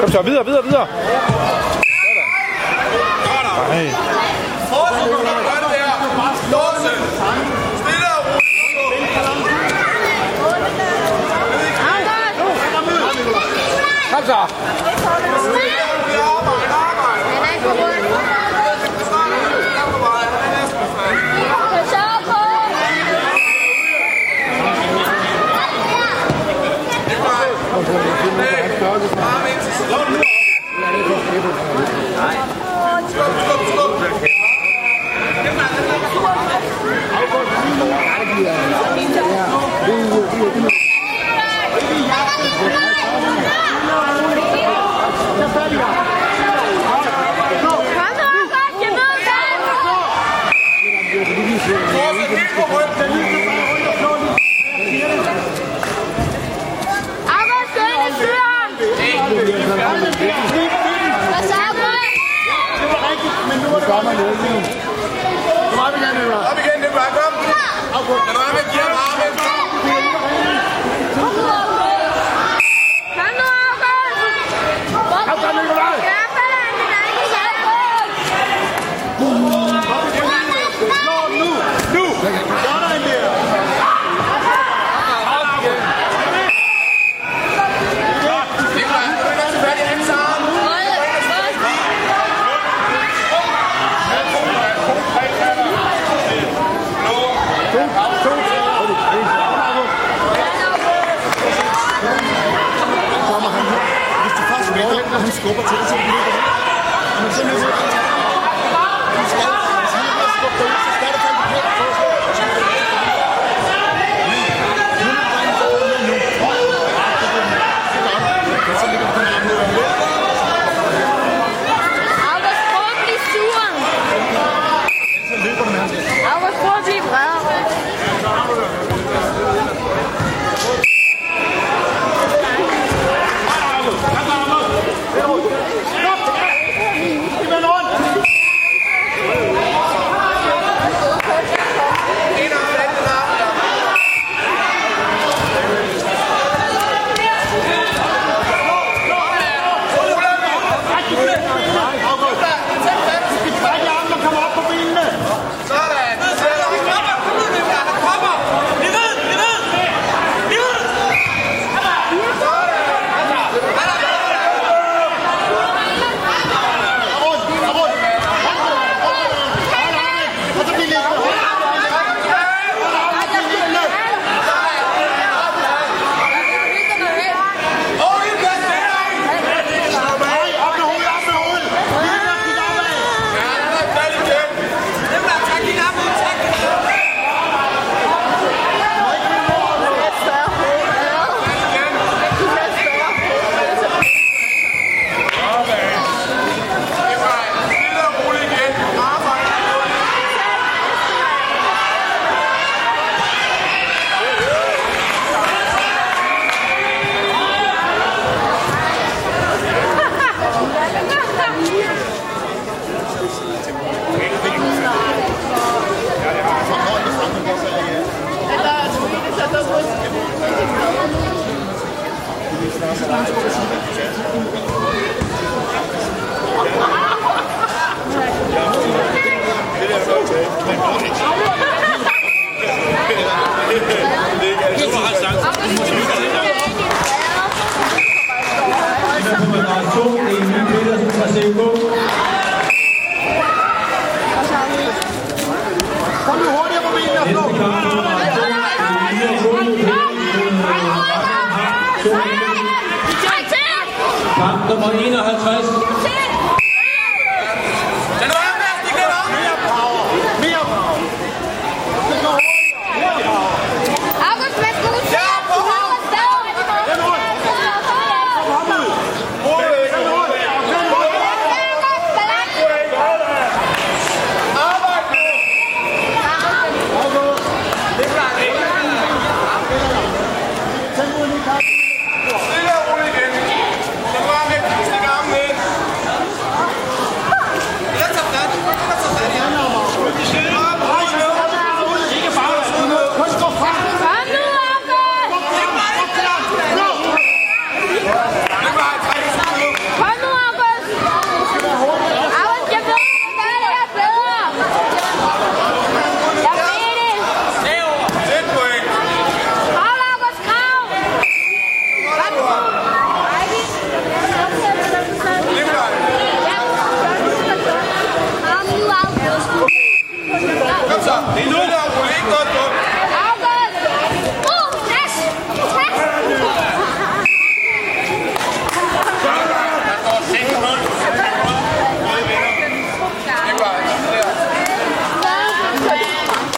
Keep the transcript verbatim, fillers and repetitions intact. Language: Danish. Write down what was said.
Kom så, videre, videre, videre. Nej. Fortsæt, du kan gøre det der. Låse. Stille og roligt. Kom så. Kom igen, det er bare kom. Kan du have med Kjær Marvin? Kom nu, August! Kom så, Nikolaj! Ja, for det er det, der ikke er. Slå nu! Nu! Gør dig en der! Han skubber til det, så bliver det. Men så løber det. Du skal, hvis han ikke skubber ud, så skal det tage en pæt forslag. Så er det ikke. Nu er det bare en forslag nu. Så ligger det kun af nu. August, prøv at blive sur. Så løber du med ham. August, prøv at blive vred. Kamp nummer enoghalvtreds.